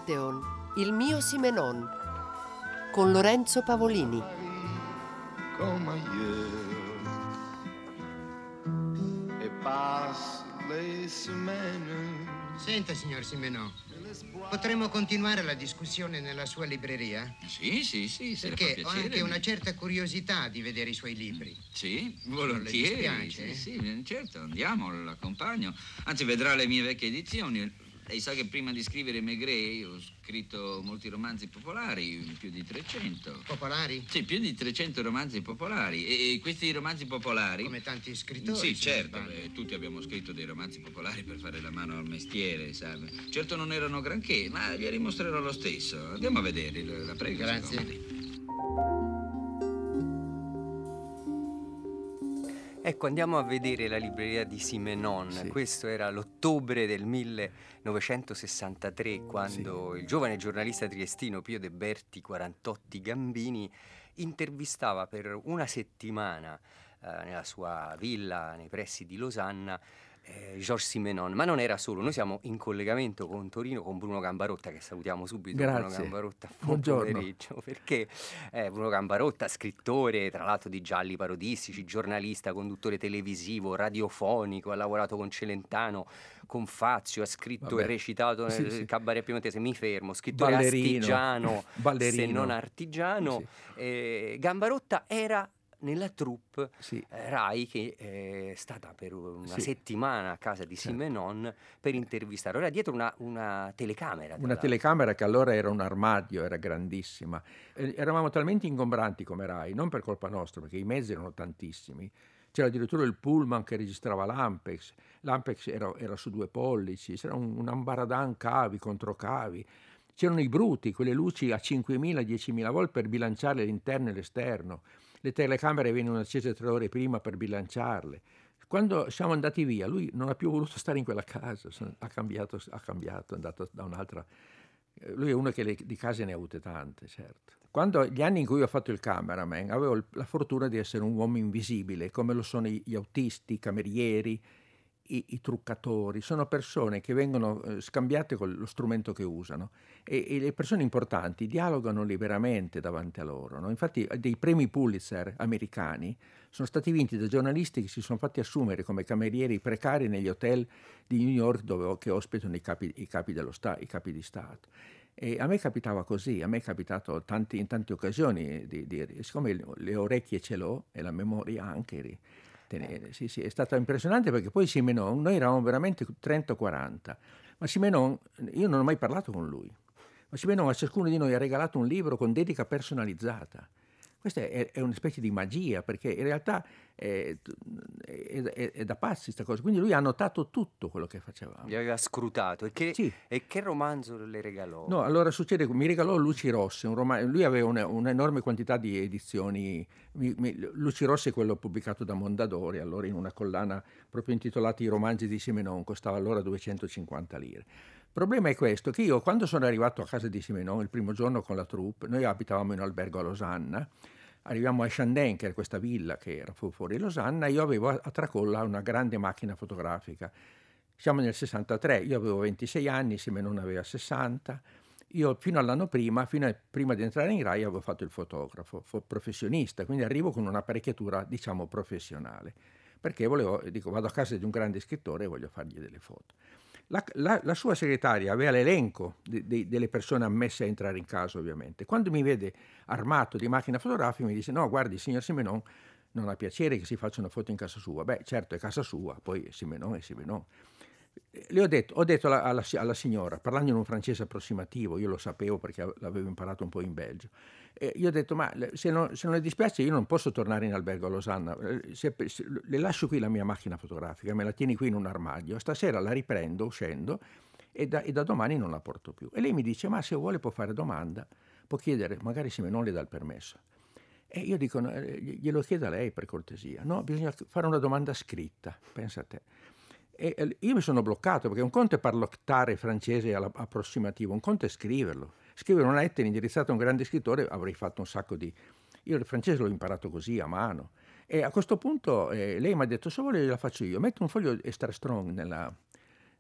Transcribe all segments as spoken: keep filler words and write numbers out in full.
Pantheon, il mio Simenon, con Lorenzo Pavolini. Comme ailleurs, et passe les semaines. Senta, signor Simenon, potremmo continuare la discussione nella sua libreria? Sì, sì, sì, se Perché le fa ho piacere. anche una certa curiosità di vedere i suoi libri. Sì, Non volentieri. le dispiace? Sì, sì, certo, andiamo, l'accompagno. Anzi, vedrà le mie vecchie edizioni. Lei sa che prima di scrivere Maigret ho scritto molti romanzi popolari, più di trecento. Popolari? Sì, più di trecento romanzi popolari. E questi romanzi popolari... Come tanti scrittori. Sì, se non certo, sbaglio. beh, tutti abbiamo scritto dei romanzi popolari per fare la mano al mestiere, sa. Certo non erano granché, ma glieli mostrerò lo stesso. Andiamo a vedere, la prego. Grazie. Secondi. Ecco, andiamo a vedere la libreria di Simenon. Sì. Questo era l'ottobre del millenovecentosessantatré, quando il giovane giornalista triestino Pio De Berti, quarantotto Gambini, intervistava per una settimana eh, nella sua villa nei pressi di Losanna eh, Georges Simenon. Ma non era solo, noi siamo in collegamento con Torino con Bruno Gambarotta, che salutiamo subito. Grazie. Bruno Gambarotta, buon Buongiorno. pomeriggio, perché eh, Bruno Gambarotta, scrittore tra l'altro di gialli parodistici, giornalista, conduttore televisivo, radiofonico, ha lavorato con Celentano, con Fazio, ha scritto Vabbè. e recitato nel Sì, sì. cabaret piemontese. Mi fermo, scrittore Ballerino. astigiano, Ballerino. se non artigiano. Sì. Eh, Gambarotta era nella troupe Sì. eh, Rai, che è stata per una Sì. settimana a casa di Certo. Simenon per intervistare. Ora dietro una, una telecamera. tra Una l'altro. telecamera che allora era un armadio, era grandissima. E eravamo talmente ingombranti come Rai, non per colpa nostra, perché i mezzi erano tantissimi. C'era addirittura il pullman che registrava l'Ampex. L'Ampex era, era su due pollici, c'era un, un ambaradan cavi contro cavi. C'erano i bruti, quelle luci a cinquemila diecimila volt per bilanciare l'interno e l'esterno. Le telecamere venivano accese tre ore prima per bilanciarle. Quando siamo andati via, lui non ha più voluto stare in quella casa, ha cambiato, ha cambiato, è andato da un'altra. Lui è uno che le, di case ne ha avute tante, certo. Quando gli anni in cui ho fatto il cameraman, avevo il- la fortuna di essere un uomo invisibile, come lo sono gli autisti, i camerieri, i, i truccatori. Sono persone che vengono eh, scambiate con lo strumento che usano e, e le persone importanti dialogano liberamente davanti a loro, no? Infatti dei premi Pulitzer americani sono stati vinti da giornalisti che si sono fatti assumere come camerieri precari negli hotel di New York dove, che ospitano i capi, i capi dello sta, i capi di Stato. E a me capitava così, a me è capitato tanti, in tante occasioni, di, di, siccome le orecchie ce l'ho e la memoria anche, di tenere. Sì, sì, è stato impressionante perché poi Simenon, noi eravamo veramente trenta o quaranta, ma Simenon, io non ho mai parlato con lui, ma Simenon a ciascuno di noi ha regalato un libro con dedica personalizzata. Questa è, è una specie di magia, perché in realtà è, è, è, è da pazzi questa cosa. Quindi lui ha notato tutto quello che facevamo. Gli aveva scrutato. E che, Sì. e che romanzo le regalò? No, allora succede, mi regalò Luci Rosse, un romanzo. Lui aveva una, un'enorme quantità di edizioni. Mi, mi, Luci Rosse è quello pubblicato da Mondadori, allora in una collana proprio intitolata I romanzi di Simenon, costava allora duecentocinquanta lire. Il problema è questo, che io quando sono arrivato a casa di Simenon, il primo giorno con la troupe, noi abitavamo in albergo a Losanna, arriviamo a Chandon, che era questa villa che era fu- fuori Losanna, io avevo a, a tracolla una grande macchina fotografica. Siamo nel sessantatré, io avevo ventisei anni, Simenon aveva sessanta. Io fino all'anno prima, fino a, prima di entrare in Rai, avevo fatto il fotografo, fo- professionista, quindi arrivo con un'apparecchiatura, diciamo, professionale, perché volevo, dico, vado a casa di un grande scrittore e voglio fargli delle foto. La, la, la sua segretaria aveva l'elenco de, de, delle persone ammesse a entrare in casa, ovviamente. Quando mi vede armato di macchina fotografica mi dice: no, guardi, signor Simenon, non ha piacere che si faccia una foto in casa sua. Beh, certo, è casa sua, poi Simenon è Simenon. Le ho detto, ho detto alla, alla, alla signora, parlando in un francese approssimativo, io lo sapevo perché l'avevo imparato un po' in Belgio, e io ho detto, ma se non, se non le dispiace io non posso tornare in albergo a Losanna, se, se, le lascio qui la mia macchina fotografica, me la tieni qui in un armadio, stasera la riprendo uscendo e da, e da domani non la porto più. E lei mi dice, ma se vuole può fare domanda, può chiedere, magari se non le dà il permesso. E io dico, no, glielo chieda lei per cortesia. No, bisogna fare una domanda scritta, pensa a te. E io mi sono bloccato, perché un conto è parlottare francese approssimativo, un conto è scriverlo. Scrivere una lettera indirizzata a un grande scrittore avrei fatto un sacco di... Io il francese l'ho imparato così, a mano. E a questo punto eh, lei mi ha detto, se vuole la faccio io, metto un foglio extra strong nella,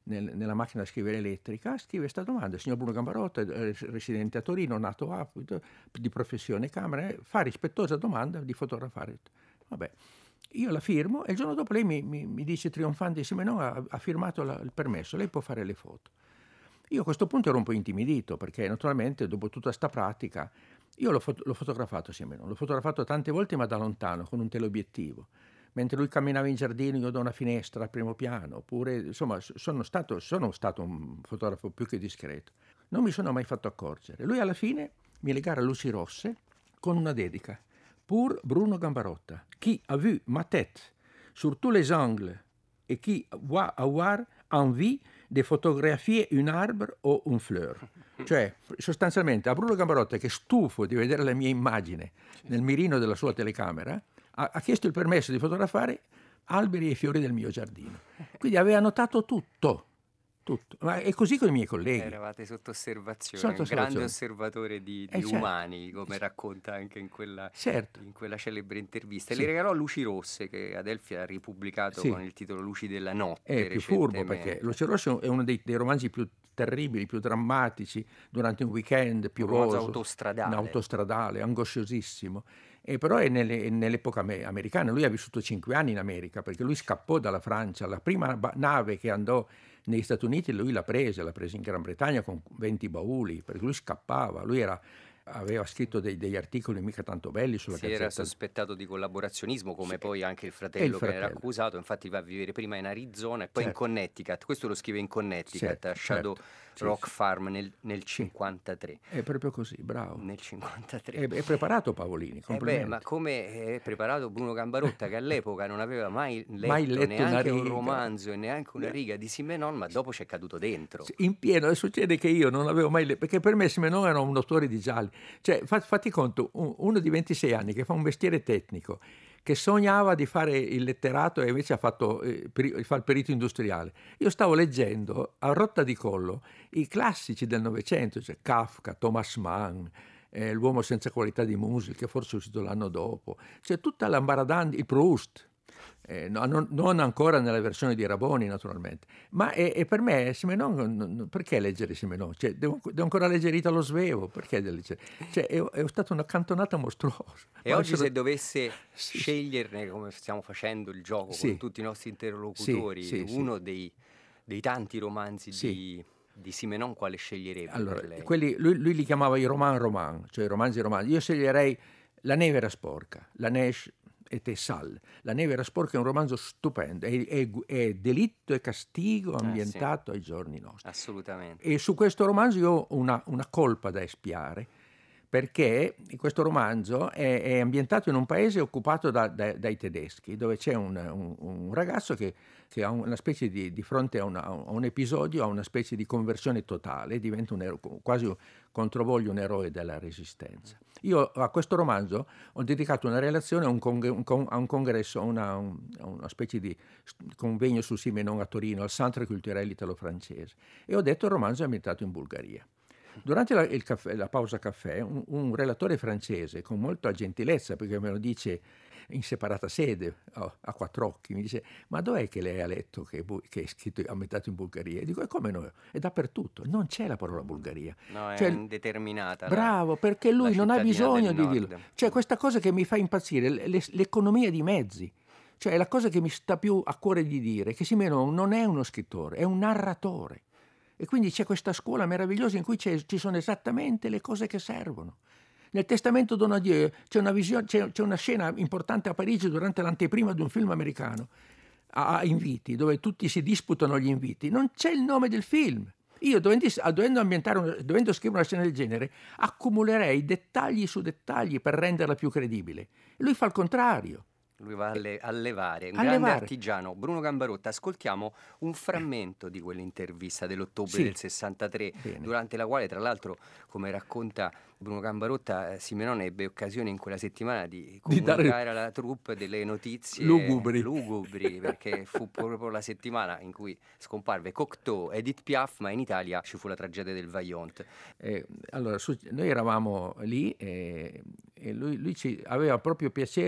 nel, nella macchina da scrivere elettrica, scrive questa domanda: signor Bruno Gambarotta, eh, residente a Torino, nato a, di professione camera, eh, fa rispettosa domanda di fotografare. Vabbè, io la firmo e il giorno dopo lei mi, mi, mi dice trionfante: Simenon ha, ha firmato la, il permesso, lei può fare le foto. Io a questo punto ero un po' intimidito, perché naturalmente dopo tutta sta pratica io l'ho, fot- l'ho fotografato Simenon, l'ho fotografato tante volte ma da lontano con un teleobiettivo. Mentre lui camminava in giardino io da una finestra al primo piano, oppure insomma sono stato, sono stato un fotografo più che discreto. Non mi sono mai fatto accorgere. Lui alla fine mi legava luci rosse con una dedica: Pour Bruno Gambarotta, qui a vu ma tête sur tous les angles et qui va avoir envie de fotografier un arbre o un fleur. Cioè, sostanzialmente a Bruno Gambarotta, che stufo di vedere la mia immagine nel mirino della sua telecamera, ha, ha chiesto il permesso di fotografare alberi e fiori del mio giardino. Quindi aveva notato tutto. Tutto. Ma è così con i miei colleghi. Eravate sotto osservazione, Sotto un grande osservazione. osservatore di, di Eh, certo. umani, come racconta anche in quella, Certo. in quella celebre intervista. Sì. Le regalò Luci Rosse, che Adelphi ha ripubblicato Sì. con il titolo Luci della notte. È più furbo, recentemente. perché Luce Rosso è uno dei, dei romanzi più terribili, più drammatici, durante un weekend Un romanzo piovoso, autostradale. un autostradale, angosciosissimo. E però è nelle- nell'epoca ame- americana. Lui ha vissuto cinque anni in America, perché lui scappò dalla Francia. La prima ba- nave che andò negli Stati Uniti lui l'ha presa, l'ha presa in Gran Bretagna con venti bauli, perché lui scappava. Lui era, aveva scritto dei- degli articoli mica tanto belli sulla Si era Gazzetta. sospettato di collaborazionismo, come Sì. poi anche il E fratello, il che ne era fratello. accusato. Infatti va a vivere prima in Arizona e poi Certo. in Connecticut. Questo lo scrive in Connecticut, Certo, a Shadow certo. Sì, Rock sì. Farm nel, nel cinquantatré. È proprio così, bravo. Nel cinquantatré. È, è preparato Pavolini, Eh beh, complimenti. ma come è preparato Bruno Gambarotta, che all'epoca non aveva mai letto, Mai letto una neanche un riga. romanzo e neanche una riga di Simenon, ma dopo c'è caduto dentro. Sì, in pieno, succede che io non avevo mai letto, perché per me Simenon era un autore di gialli. Cioè, fa- fatti conto, un- uno di ventisei anni che fa un mestiere tecnico, che sognava di fare il letterato e invece ha fatto, eh, peri- fa il perito industriale. Io stavo leggendo a rotta di collo i classici del Novecento, cioè Kafka, Thomas Mann, eh, L'uomo senza qualità di musica, che forse è uscito l'anno dopo, cioè tutta l'ambaradan, il Proust. Eh, no- non, non ancora nella versione di Raboni, naturalmente, ma è, è per me Simenon, non- non- perché leggere Simenon? Cioè, devo, devo ancora leggere Italo Svevo, perché devo leggere? Cioè, è, è stata una cantonata mostruosa. E Ma oggi sono- se dovesse Sì, sceglierne, come stiamo facendo il gioco Sì. con tutti i nostri interlocutori, Sì, sì, uno dei, dei tanti romanzi Sì. di, di Simenon, quale sceglierebbe Allora, per lei? quelli, lui, lui li chiamava i roman roman, cioè i romanzi romanzi. Io sceglierei La neve era sporca, La neige était sale. La neve era sporca è un romanzo stupendo, è, è- è delitto e castigo Eh, sì. ambientato ai giorni nostri. Assolutamente. E su questo romanzo io ho una, una colpa da espiare, perché questo romanzo è, è ambientato in un paese occupato da- da- dai tedeschi, dove c'è un, un- un ragazzo che, che ha una specie di, di fronte a, una- a un episodio, ha una specie di conversione totale, diventa un ero- quasi controvoglio un eroe della resistenza. Io a questo romanzo ho dedicato una relazione a un, congre- un con- a un congresso, a una, un- a una specie di st- convegno su Simenon a Torino, al Centre Culturel Italo-Francese, e ho detto il romanzo è ambientato in Bulgaria. Durante la, il caffè- la pausa caffè, un, un relatore francese, con molta gentilezza, perché me lo dice in separata sede, oh, a quattro occhi, mi dice: ma dov'è che lei ha letto che, bu- che è scritto ambientato in Bulgaria? E dico: e come no? È dappertutto, non c'è la parola Bulgaria. No, è Cioè, indeterminata. la- Bravo, perché lui la non ha cittadina bisogno del di dirlo. nord. C'è questa cosa che mi fa impazzire, le- le- l'economia di mezzi. Cioè, è la cosa che mi sta più a cuore di dire, che Simenon non è uno scrittore, è un narratore. E quindi c'è questa scuola meravigliosa in cui c'è- ci sono esattamente le cose che servono. Nel Testamento Donadieu c'è una, visio- c'è, c'è una scena importante a Parigi durante l'anteprima di un film americano, a, a inviti, dove tutti si disputano gli inviti. Non c'è il nome del film. Io, dovendo, dovendo ambientare un- dovendo scrivere una scena del genere, accumulerei dettagli su dettagli per renderla più credibile. Lui fa il contrario. Lui va a, le- a levare, un A grande levare. artigiano. Bruno Gambarotta, ascoltiamo un frammento di quell'intervista dell'ottobre Sì. del sessantatré, Bene. durante la quale, tra l'altro, come racconta Bruno Gambarotta, eh, Simenon ebbe occasione in quella settimana di Di dare- comunicare alla troupe delle notizie Lugubri. lugubri, perché fu proprio la settimana in cui scomparve Cocteau, Edith Piaf, ma in Italia ci fu la tragedia del Vaillant. Eh, allora, su- noi eravamo lì e, e lui, lui ci aveva proprio piacere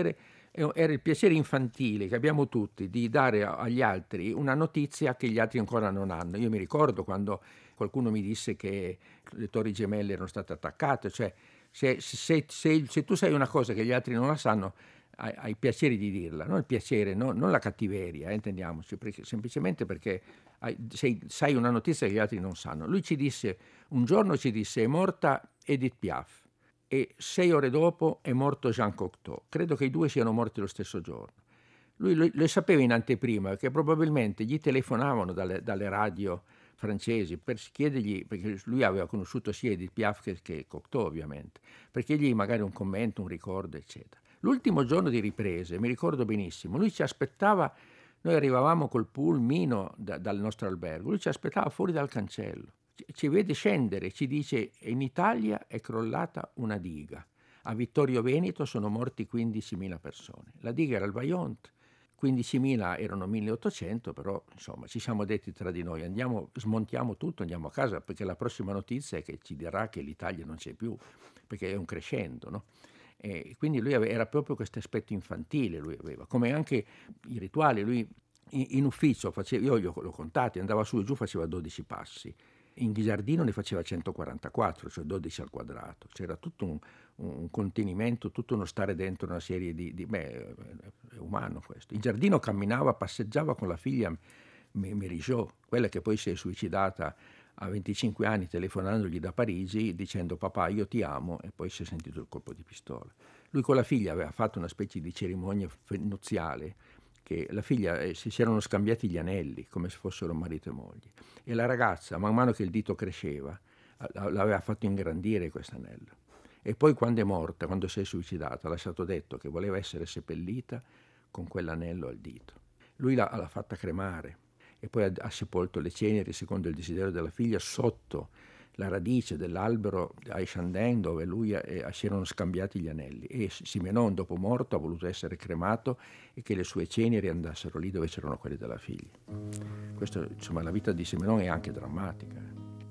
Era il piacere infantile che abbiamo tutti di dare agli altri una notizia che gli altri ancora non hanno. Io mi ricordo quando qualcuno mi disse che le Torri Gemelle erano state attaccate, cioè se, se, se, se tu sai una cosa che gli altri non la sanno, hai, hai il piacere di dirla, non il piacere, no, non la cattiveria, eh, intendiamoci, perché, semplicemente perché hai, sei, sai una notizia che gli altri non sanno. Lui ci disse, un giorno ci disse, è morta Edith Piaf, e sei ore dopo è morto Jean Cocteau. Credo che i due siano morti lo stesso giorno. Lui lo, lo sapeva in anteprima, che probabilmente gli telefonavano dalle, dalle radio francesi per chiedergli, perché lui aveva conosciuto sia Edith Piaf che, che Cocteau ovviamente, per chiedergli magari un commento, un ricordo, eccetera. L'ultimo giorno di riprese, mi ricordo benissimo, lui ci aspettava, noi arrivavamo col pulmino da, dal nostro albergo, lui ci aspettava fuori dal cancello. Ci vede scendere, ci dice in Italia è crollata una diga, a Vittorio Veneto sono morti quindicimila persone, la diga era il Vajont, quindicimila erano milleottocento, però insomma ci siamo detti tra di noi, andiamo, smontiamo tutto, andiamo a casa, perché la prossima notizia è che ci dirà che l'Italia non c'è più, perché è un crescendo, no? E quindi lui aveva, era proprio questo aspetto infantile, lui aveva, come anche i rituali, lui in, in ufficio, faceva, io l'ho contati, andava su e giù, faceva dodici passi, in giardino ne faceva centoquarantaquattro, cioè dodici al quadrato. C'era tutto un, un contenimento, tutto uno stare dentro una serie di... di beh, è umano questo. In giardino camminava, passeggiava con la figlia Mérigeau, quella che poi si è suicidata a venticinque anni telefonandogli da Parigi dicendo papà io ti amo, e poi si è sentito il colpo di pistola. Lui con la figlia aveva fatto una specie di cerimonia nuziale, che la figlia eh, si, si erano scambiati gli anelli come se fossero marito e moglie, e la ragazza man mano che il dito cresceva l'aveva fatto ingrandire questo anello, e poi quando è morta, quando si è suicidata, ha lasciato detto che voleva essere seppellita con quell'anello al dito. Lui l'ha, l'ha fatta cremare e poi ha, ha sepolto le ceneri secondo il desiderio della figlia sotto la radice dell'albero a Chandin, dove lui e, si erano scambiati gli anelli, e Simenon dopo morto ha voluto essere cremato e che le sue ceneri andassero lì dove c'erano quelle della figlia. Questo, insomma, la vita di Simenon è anche drammatica.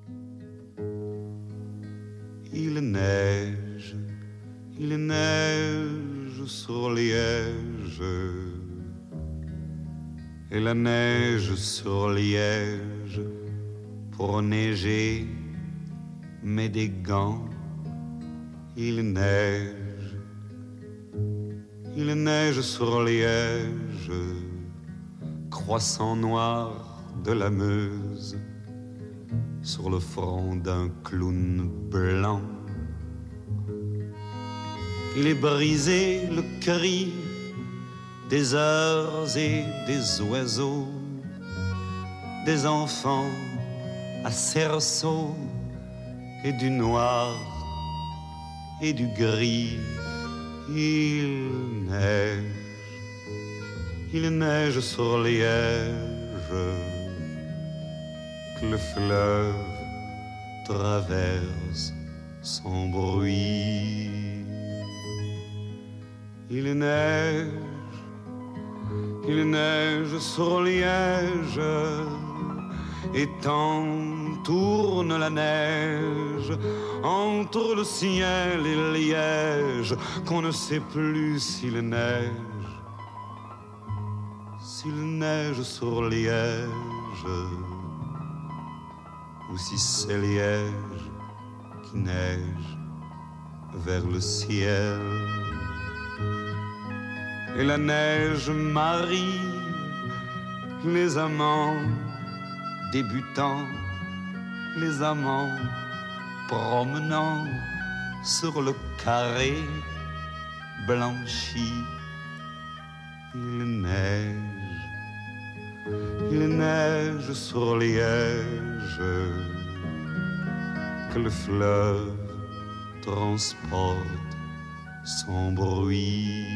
Il neige, il neige sur Liège, et la neige sur Liège pour neiger mais des gants. Il neige, il neige sur Liège, croissant noir de la Meuse, sur le front d'un clown blanc. Il est brisé le cri des heures et des oiseaux, des enfants à cerceau, et du noir et du gris. Il neige, il neige sur Liège, que le fleuve traverse sans bruit. Il neige, il neige sur Liège, et tant tourne la neige entre le ciel et Liège qu'on ne sait plus s'il neige, s'il neige sur Liège, ou si c'est Liège qui neige vers le ciel. Et la neige marie les amants débutants, les amants promenant sur le carré blanchi. Il neige, il neige sur Liège, que le fleuve transporte sans bruit.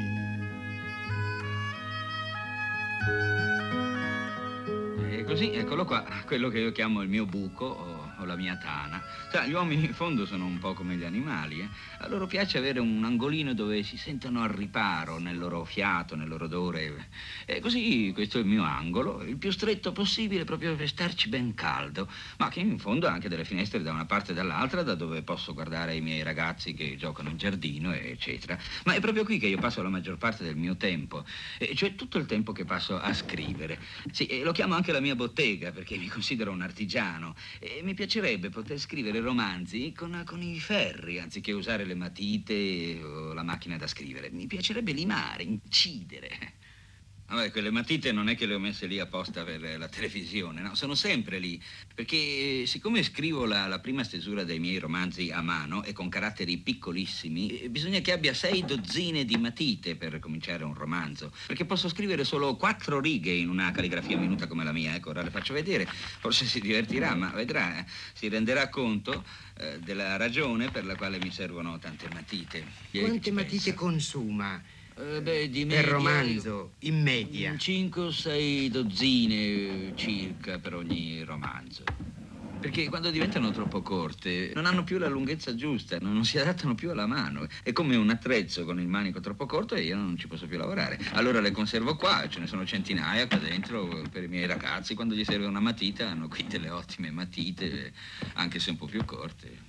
E così, eccolo qua, quello che io chiamo il mio buco, ho la mia tana. Sai, gli uomini in fondo sono un po' come gli animali, eh? A loro piace avere un angolino dove si sentono al riparo nel loro fiato, nel loro odore. E così questo è il mio angolo, il più stretto possibile proprio per starci ben caldo, ma che in fondo ha anche delle finestre da una parte e dall'altra da dove posso guardare i miei ragazzi che giocano in giardino, eccetera. Ma è proprio qui che io passo la maggior parte del mio tempo, e cioè tutto il tempo che passo a scrivere. Sì, e lo chiamo anche la mia bottega perché mi considero un artigiano e mi piacerebbe poter scrivere romanzi con, con i ferri anziché usare le matite o la macchina da scrivere. Mi piacerebbe limare, incidere. Vabbè, quelle matite non è che le ho messe lì apposta per la televisione, no, sono sempre lì, perché siccome scrivo la, la prima stesura dei miei romanzi a mano e con caratteri piccolissimi, bisogna che abbia sei dozzine di matite per cominciare un romanzo, perché posso scrivere solo quattro righe in una calligrafia minuta come la mia. Ecco, ora le faccio vedere, forse si divertirà, ma vedrà, eh, si renderà conto eh, della ragione per la quale mi servono tante matite. Quante matite consuma? Eh, beh, di Per media, romanzo, in media. cinque o sei dozzine circa per ogni romanzo. Perché quando diventano troppo corte non hanno più la lunghezza giusta, non, non si adattano più alla mano. È come un attrezzo con il manico troppo corto e io non ci posso più lavorare. Allora le conservo qua, ce ne sono centinaia qua dentro per i miei ragazzi. Quando gli serve una matita hanno qui delle ottime matite, anche se un po' più corte.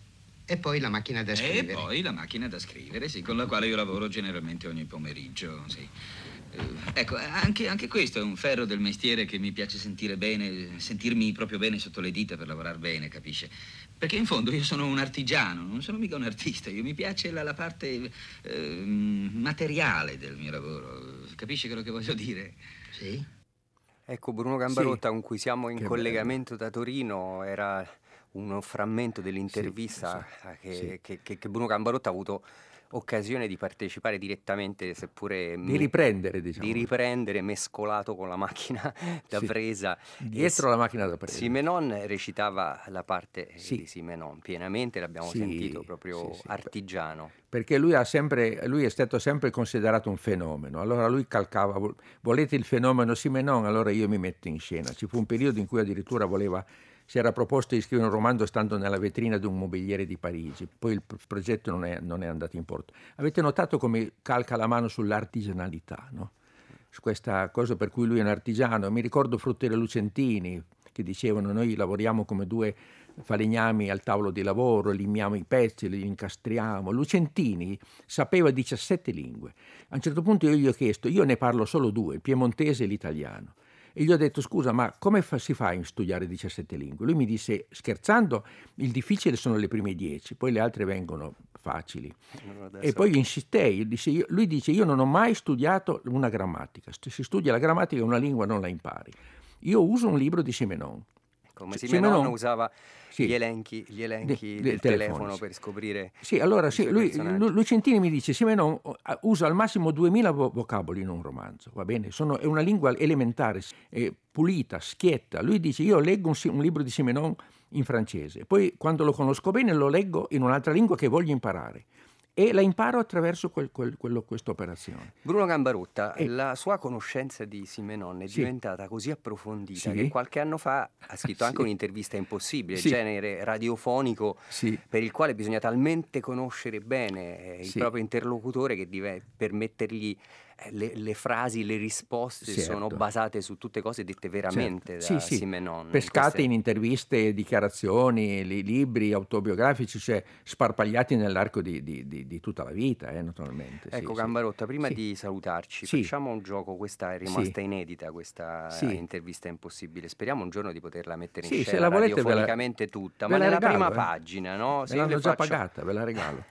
E poi la macchina da scrivere. E poi la macchina da scrivere, sì, con la quale io lavoro generalmente ogni pomeriggio, sì. Eh, ecco, anche, anche questo è un ferro del mestiere che mi piace sentire bene, sentirmi proprio bene sotto le dita per lavorare bene, capisce? Perché in fondo io sono un artigiano, non sono mica un artista, io mi piace la, la parte eh, materiale del mio lavoro, capisce quello che voglio dire? Sì. Ecco, Bruno Gambarotta, Sì. con cui siamo in Che collegamento da Torino, era uno frammento dell'intervista Sì, esatto, che, sì. che- che- che Bruno Gambarotta ha avuto occasione di partecipare direttamente, seppure Di me- riprendere, diciamo. di riprendere mescolato con la macchina da Sì. presa. Dietro E la macchina da presa. Simenon recitava la parte eh, Sì. di Simenon pienamente, l'abbiamo Sì, sentito, proprio sì, sì. artigiano. Perché lui ha sempre, lui è stato sempre considerato un fenomeno. Allora lui calcava, vol- volete il fenomeno Simenon? Allora io mi metto in scena. Ci fu un periodo in cui addirittura voleva, si era proposto di scrivere un romanzo stando nella vetrina di un mobiliere di Parigi. Poi il pro- progetto non è, non è andato in porto. Avete notato come calca la mano sull'artigianalità, no? Su questa cosa per cui lui è un artigiano. Mi ricordo Fruttero e Lucentini che dicevano: noi lavoriamo come due falegnami al tavolo di lavoro, limiamo i pezzi, li incastriamo. Lucentini sapeva diciassette lingue. A un certo punto io gli ho chiesto, io ne parlo solo due, il piemontese e l'italiano. E gli ho detto: scusa, ma come fa- si fa a studiare diciassette lingue? Lui mi disse, scherzando, il difficile sono le prime dieci, poi le altre vengono facili. Adesso- E poi insistei, disse io- lui dice: io non ho mai studiato una grammatica, St- si studia la grammatica, una lingua non la impari. Io uso un libro di Simenon. Come Sì, Simenon Simenon- usava Sì. gli elenchi, gli elenchi De- del del telefono telefono, sì. per scoprire Sì, allora i sì, suoi lui, personaggi. Lu- Lucentini mi dice: Simenon oh, usa al massimo duemila vo- vocaboli in un romanzo, va bene? Sono, è una lingua elementare, eh, pulita, schietta. Lui dice: io leggo un, si- un libro di Simenon in francese, poi quando lo conosco bene lo leggo in un'altra lingua che voglio imparare e la imparo attraverso quel, quel, quello, questa operazione. Bruno Gambarotta, E- la sua conoscenza di Simenon è Sì. diventata così approfondita Sì. che qualche anno fa ha scritto anche Sì. un'intervista impossibile, Sì. genere radiofonico, Sì. per il quale bisogna talmente conoscere bene eh, il Sì. proprio interlocutore che dive- per mettergli eh, le, le frasi, le risposte Certo. sono basate su tutte cose dette veramente Certo. da Sì, sì. Simenon. Pescate Queste- in interviste, dichiarazioni, li- libri autobiografici, cioè sparpagliati nell'arco di, di- di- di tutta la vita, eh, naturalmente. Sì, Ecco sì. Gambarotta, prima Sì. di salutarci, Sì. facciamo un gioco, questa è rimasta inedita, questa Sì. intervista impossibile. Speriamo un giorno di poterla mettere in Sì, se scena la volete ve la- radiofonicamente tutta, ve ma la nella regalo, prima eh. pagina, no? Me Se io l'hanno le già faccio- pagata, ve la regalo.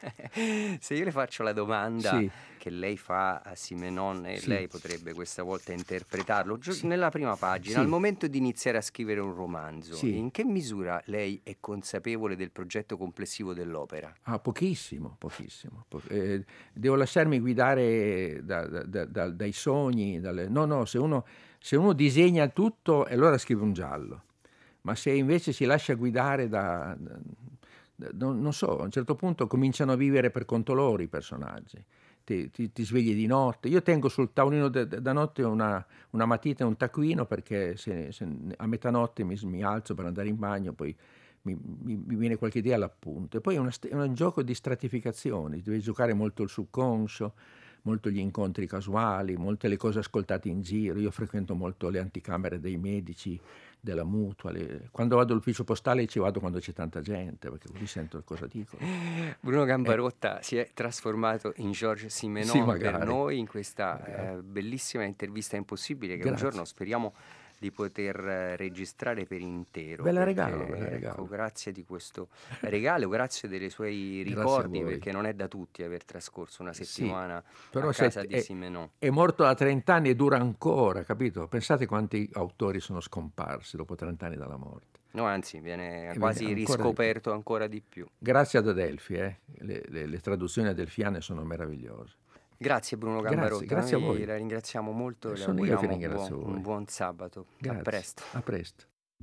Se io le faccio la domanda Sì. che lei fa a Simenon e Sì. lei potrebbe questa volta interpretarlo, gio- nella prima pagina, Sì. al momento di iniziare a scrivere un romanzo, Sì. in che misura lei è consapevole del progetto complessivo dell'opera? Ah, pochissimo, pochissimo. Po- eh, devo lasciarmi guidare da- da- da- da- dai sogni. dalle- No, no, se uno, se uno disegna tutto, allora scrive un giallo. Ma se invece si lascia guidare da... da- da- non, non so, a un certo punto cominciano a vivere per conto loro i personaggi. Ti, ti- ti svegli di notte. Io tengo sul tavolino da, da notte una, una matita e un taccuino perché se, se a metà notte mi, mi alzo per andare in bagno, poi mi, mi, mi viene qualche idea all'appunto. E poi è, una, è un gioco di stratificazioni, devi giocare molto il subconscio, molto gli incontri casuali, molte le cose ascoltate in giro. Io frequento molto le anticamere dei medici, della mutua. Le... Quando vado all'ufficio postale ci vado quando c'è tanta gente, perché così sento cosa dicono. Bruno Gambarotta eh. si è trasformato in Georges Simenon sì, per noi in questa eh, bellissima intervista impossibile che Grazie. un giorno speriamo di poter registrare per intero. Ve la perché, regalo, ve la regalo. Ecco, grazie di questo regalo, grazie dei suoi ricordi, perché non è da tutti aver trascorso una settimana sì, però a casa di è, Simenon. È morto a trenta anni e dura ancora, capito? Pensate quanti autori sono scomparsi dopo trenta anni dalla morte. No, anzi, viene e quasi viene ancora riscoperto di ancora di più. Grazie ad Adelphi, eh? le, le, le traduzioni adelfiane sono meravigliose. Grazie Bruno Gambarotta, grazie, grazie Noi a voi. La ringraziamo molto e le Sono auguriamo io che buon, voi. un buon sabato. Grazie. A presto. A presto.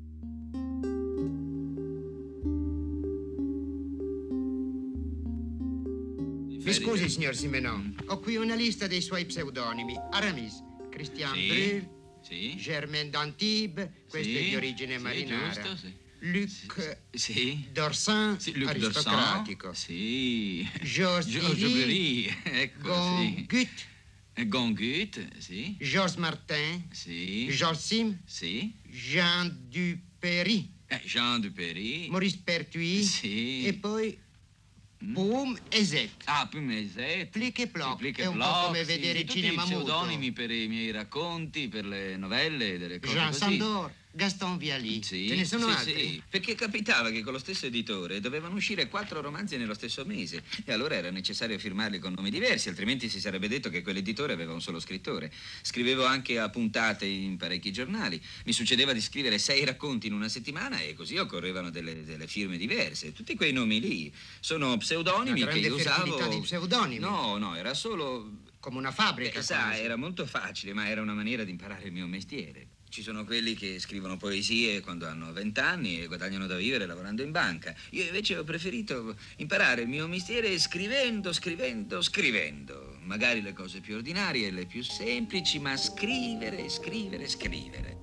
Mi scusi, signor Simenon, ho qui una lista dei suoi pseudonimi. Aramis, Christian sì. Brûle, sì. Germain d'Antibes, questo sì. è di origine sì, marinara. Giusto, sì. Luc sì. Dorsan, sì, Luc aristocratico. Dorsan, sì. Georges Dury, ecco, Gongut, sì. Gongut, sì. Georges Martin, sì. Georges Sim, sì. Jean Duperry, eh, Jean Duperry, Maurice Pertuis, sì. e poi Boom e Zet. Ah, Boom e Zet. Plic e Ploc. Sì, Plic e è un Ploc, po' come sì, vedere tutti cinema i muto. pseudonimi per i miei racconti, per le novelle, delle cose Jean così. Sandor, Gaston Viali. Sì, Ce ne sono sì, altri? Sì. Perché capitava che con lo stesso editore dovevano uscire quattro romanzi nello stesso mese e allora era necessario firmarli con nomi diversi, altrimenti si sarebbe detto che quell'editore aveva un solo scrittore. Scrivevo anche a puntate in parecchi giornali. Mi succedeva di scrivere sei racconti in una settimana e così occorrevano delle, delle firme diverse. Tutti quei nomi lì sono pseudonimi che io usavo. Di pseudonimi. No, no, era solo come una fabbrica. Eh, sa, era molto facile, ma era una maniera di imparare il mio mestiere. Ci sono quelli che scrivono poesie quando hanno vent'anni e guadagnano da vivere lavorando in banca. Io invece ho preferito imparare il mio mestiere scrivendo, scrivendo, scrivendo. Magari le cose più ordinarie, le più semplici, ma scrivere, scrivere, scrivere.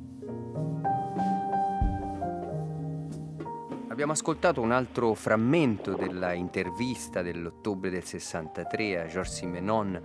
Abbiamo ascoltato un altro frammento della intervista dell'ottobre del sessantatré a Georges Simenon.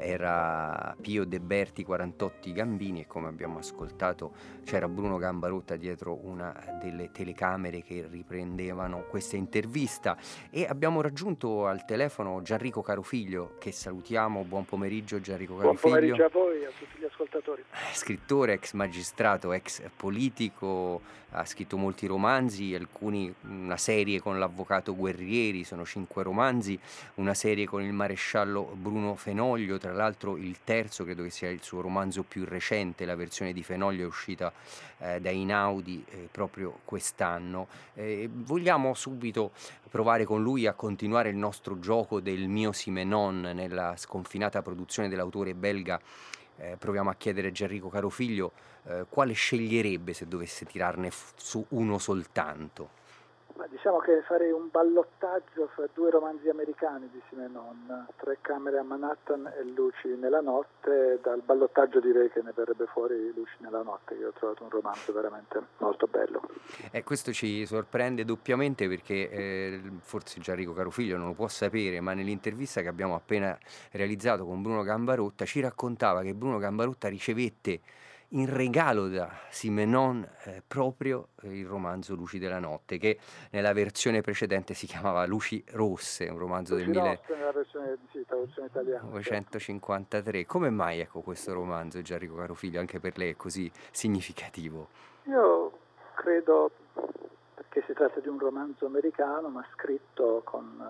Era Pio De Berti, quarantotto Gambini, e come abbiamo ascoltato c'era Bruno Gambarotta dietro una delle telecamere che riprendevano questa intervista. E abbiamo raggiunto al telefono Gianrico Carofiglio, che salutiamo. Buon pomeriggio Gianrico Carofiglio. Buon pomeriggio a voi e a tutti gli ascoltatori. Scrittore, ex magistrato, ex politico, ha scritto molti romanzi, alcuni una serie con l'avvocato Guerrieri, sono cinque romanzi, una serie con il maresciallo Bruno Fenoglio, tra l'altro il terzo credo che sia il suo romanzo più recente, la versione di Fenoglio è uscita eh, da Einaudi eh, proprio quest'anno. Eh, vogliamo subito provare con lui a continuare il nostro gioco del mio Simenon nella sconfinata produzione dell'autore belga. Eh, proviamo a chiedere a Gianrico Carofiglio eh, quale sceglierebbe se dovesse tirarne f- su uno soltanto. Ma diciamo che farei un ballottaggio fra due romanzi americani di Simenon, Tre camere a Manhattan e Luci nella notte. Dal ballottaggio direi che ne verrebbe fuori Luci nella notte, che ho trovato un romanzo veramente molto bello. Eh, questo ci sorprende doppiamente perché eh, forse Gianrico Carofiglio non lo può sapere, ma nell'intervista che abbiamo appena realizzato con Bruno Gambarotta ci raccontava che Bruno Gambarotta ricevette in regalo da Simenon eh, proprio il romanzo Luci della notte, che nella versione precedente si chiamava Luci rosse, un romanzo Luci del rosse nella versione, sì, traduzione italiana, millenovecentocinquantatré. Come mai ecco questo romanzo, Gianrico Carofiglio, anche per lei è così significativo? Io credo perché si tratta di un romanzo americano, ma scritto con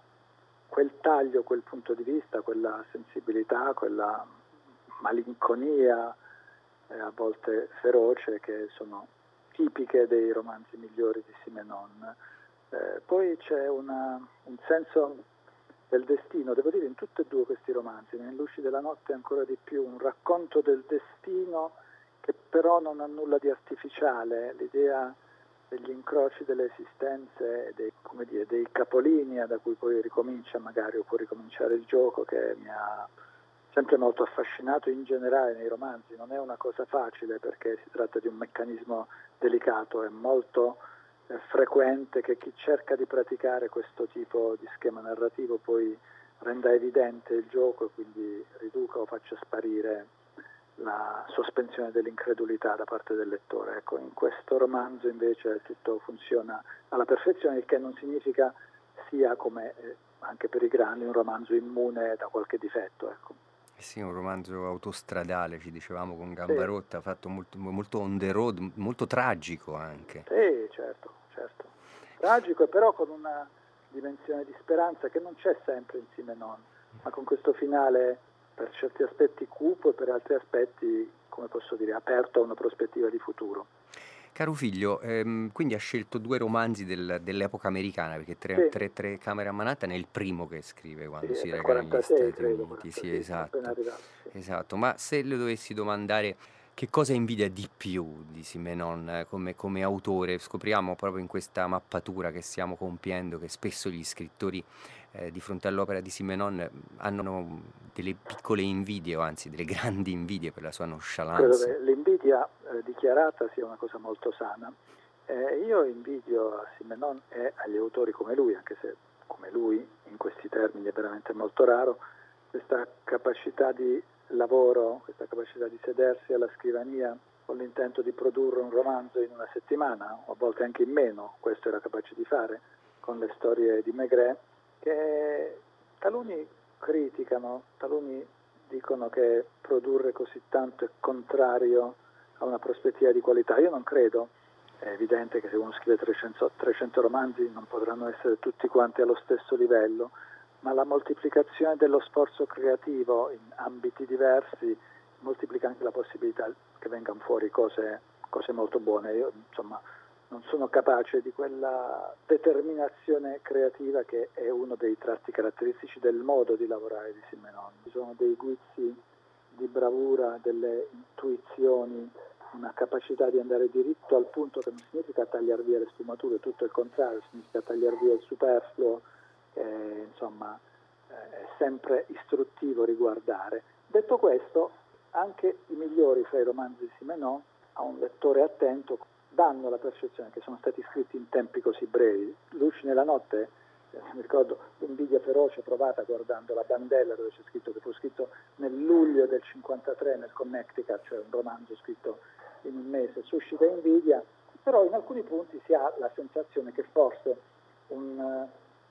quel taglio, quel punto di vista, quella sensibilità, quella malinconia, a volte feroce, che sono tipiche dei romanzi migliori di Simenon. Eh, poi c'è una, un senso del destino, devo dire in tutti e due questi romanzi, nel Luci della notte ancora di più, un racconto del destino che però non ha nulla di artificiale, l'idea degli incroci delle esistenze, dei, come dire, dei capolinea da cui poi ricomincia magari o può ricominciare il gioco, che mi ha sempre molto affascinato in generale nei romanzi. Non è una cosa facile perché si tratta di un meccanismo delicato, è molto è frequente che chi cerca di praticare questo tipo di schema narrativo poi renda evidente il gioco e quindi riduca o faccia sparire la sospensione dell'incredulità da parte del lettore. Ecco, in questo romanzo invece tutto funziona alla perfezione, il che non significa sia, come eh, anche per i grandi, un romanzo immune da qualche difetto. Ecco. Eh sì, un romanzo autostradale, ci dicevamo con Gambarotta, sì. Fatto molto, molto on the road, molto tragico anche. Sì, certo, certo. Tragico, e però con una dimensione di speranza che non c'è sempre in Simenon, ma con questo finale per certi aspetti cupo e per altri aspetti, come posso dire, aperto a una prospettiva di futuro. Caro figlio, ehm, quindi ha scelto due romanzi del, dell'epoca americana, perché tre, Sì. tre, tre Camere a Manhattan è il primo che scrive quando Sì, si è reca negli quarantasei, Stati credo, Uniti. quarantasei, Sì, esatto. appena arrivato, sì. Esatto, ma se le dovessi domandare che cosa invidia di più di Simenon eh, come, come autore, scopriamo proprio in questa mappatura che stiamo compiendo che spesso gli scrittori eh, di fronte all'opera di Simenon eh, hanno delle piccole invidie, o anzi delle grandi invidie per la sua Credo nonchalance. che l'invidia eh, dichiarata sia una cosa molto sana. Eh, io invidio a Simenon e agli autori come lui, anche se come lui in questi termini è veramente molto raro, questa capacità di lavoro, questa capacità di sedersi alla scrivania con l'intento di produrre un romanzo in una settimana, o a volte anche in meno. Questo era capace di fare con le storie di Maigret, che taluni criticano, taluni dicono che produrre così tanto è contrario a una prospettiva di qualità. Io non credo. È evidente che se uno scrive trecento, trecento romanzi non potranno essere tutti quanti allo stesso livello, ma la moltiplicazione dello sforzo creativo in ambiti diversi moltiplica anche la possibilità che vengano fuori cose, cose molto buone. Io insomma non sono capace di quella determinazione creativa che è uno dei tratti caratteristici del modo di lavorare di Simenon. Ci sono dei guizzi di bravura, delle intuizioni, una capacità di andare diritto al punto, che non significa tagliare via le sfumature, tutto il contrario, significa tagliare via il superfluo, che insomma è sempre istruttivo riguardare. Detto questo, anche i migliori fra i romanzi di Simenon a un lettore attento danno la percezione che sono stati scritti in tempi così brevi. Luci nella notte, eh, mi ricordo l'invidia feroce provata guardando la bandella dove c'è scritto che fu scritto nel luglio del cinquantatré nel Connecticut, cioè un romanzo scritto in un mese, suscita invidia, però in alcuni punti si ha la sensazione che forse un uh,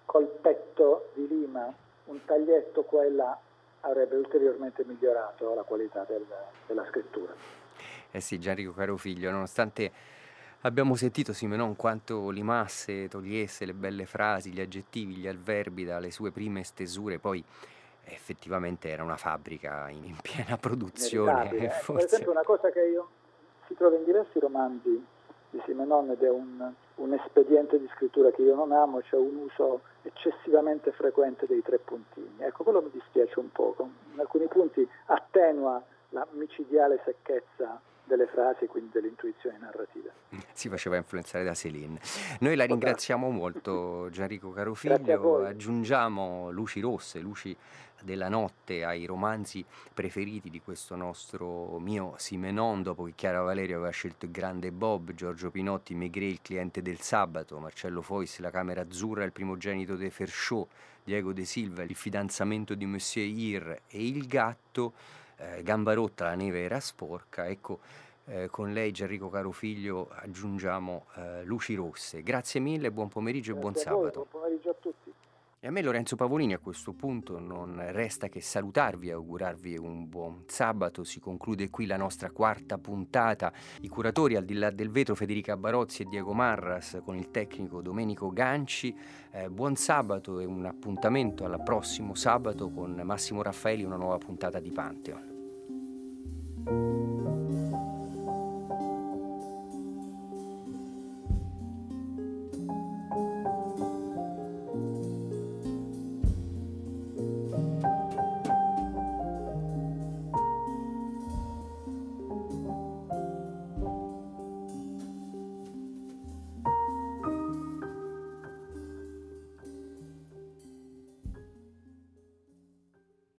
colpetto di lima, un taglietto qua e là avrebbe ulteriormente migliorato la qualità del, della scrittura. Eh sì, Gianrico caro figlio, nonostante abbiamo sentito Simenon quanto limasse, togliesse le belle frasi, gli aggettivi, gli avverbi dalle sue prime stesure, poi effettivamente era una fabbrica in, in piena produzione. Eh, forse... Per esempio una cosa che io si trova in diversi romanzi di Simenon ed è un, un espediente di scrittura che io non amo, cioè un uso eccessivamente frequente dei tre puntini. Ecco, quello mi dispiace un poco. In alcuni punti attenua la micidiale secchezza delle frasi e quindi delle intuizioni narrative. Si faceva influenzare da Céline. Noi la ringraziamo molto, Gianrico caro Grazie a figlio. voi. Aggiungiamo luci rosse, luci della notte ai romanzi preferiti di questo nostro mio Simenon, dopo che Chiara Valerio aveva scelto Il grande Bob, Giorgio Pinotti, Maigret, Il cliente del sabato, Marcello Foix, La camera azzurra, Il primogenito de Ferchaud, Diego De Silva, Il fidanzamento di Monsieur Hir e Il gatto, eh, Gambarotta, La neve era sporca. Ecco, eh, con lei Gianrico caro figlio aggiungiamo eh, luci rosse. Grazie mille, buon pomeriggio e buon Grazie a voi, sabato. buon pomeriggio a tutti. E a me Lorenzo Pavolini a questo punto non resta che salutarvi e augurarvi un buon sabato. Si conclude qui la nostra quarta puntata. I curatori Al di là del vetro Federica Barozzi e Diego Marras con il tecnico Domenico Ganci. Eh, buon sabato e un appuntamento al prossimo sabato con Massimo Raffaeli, una nuova puntata di Pantheon.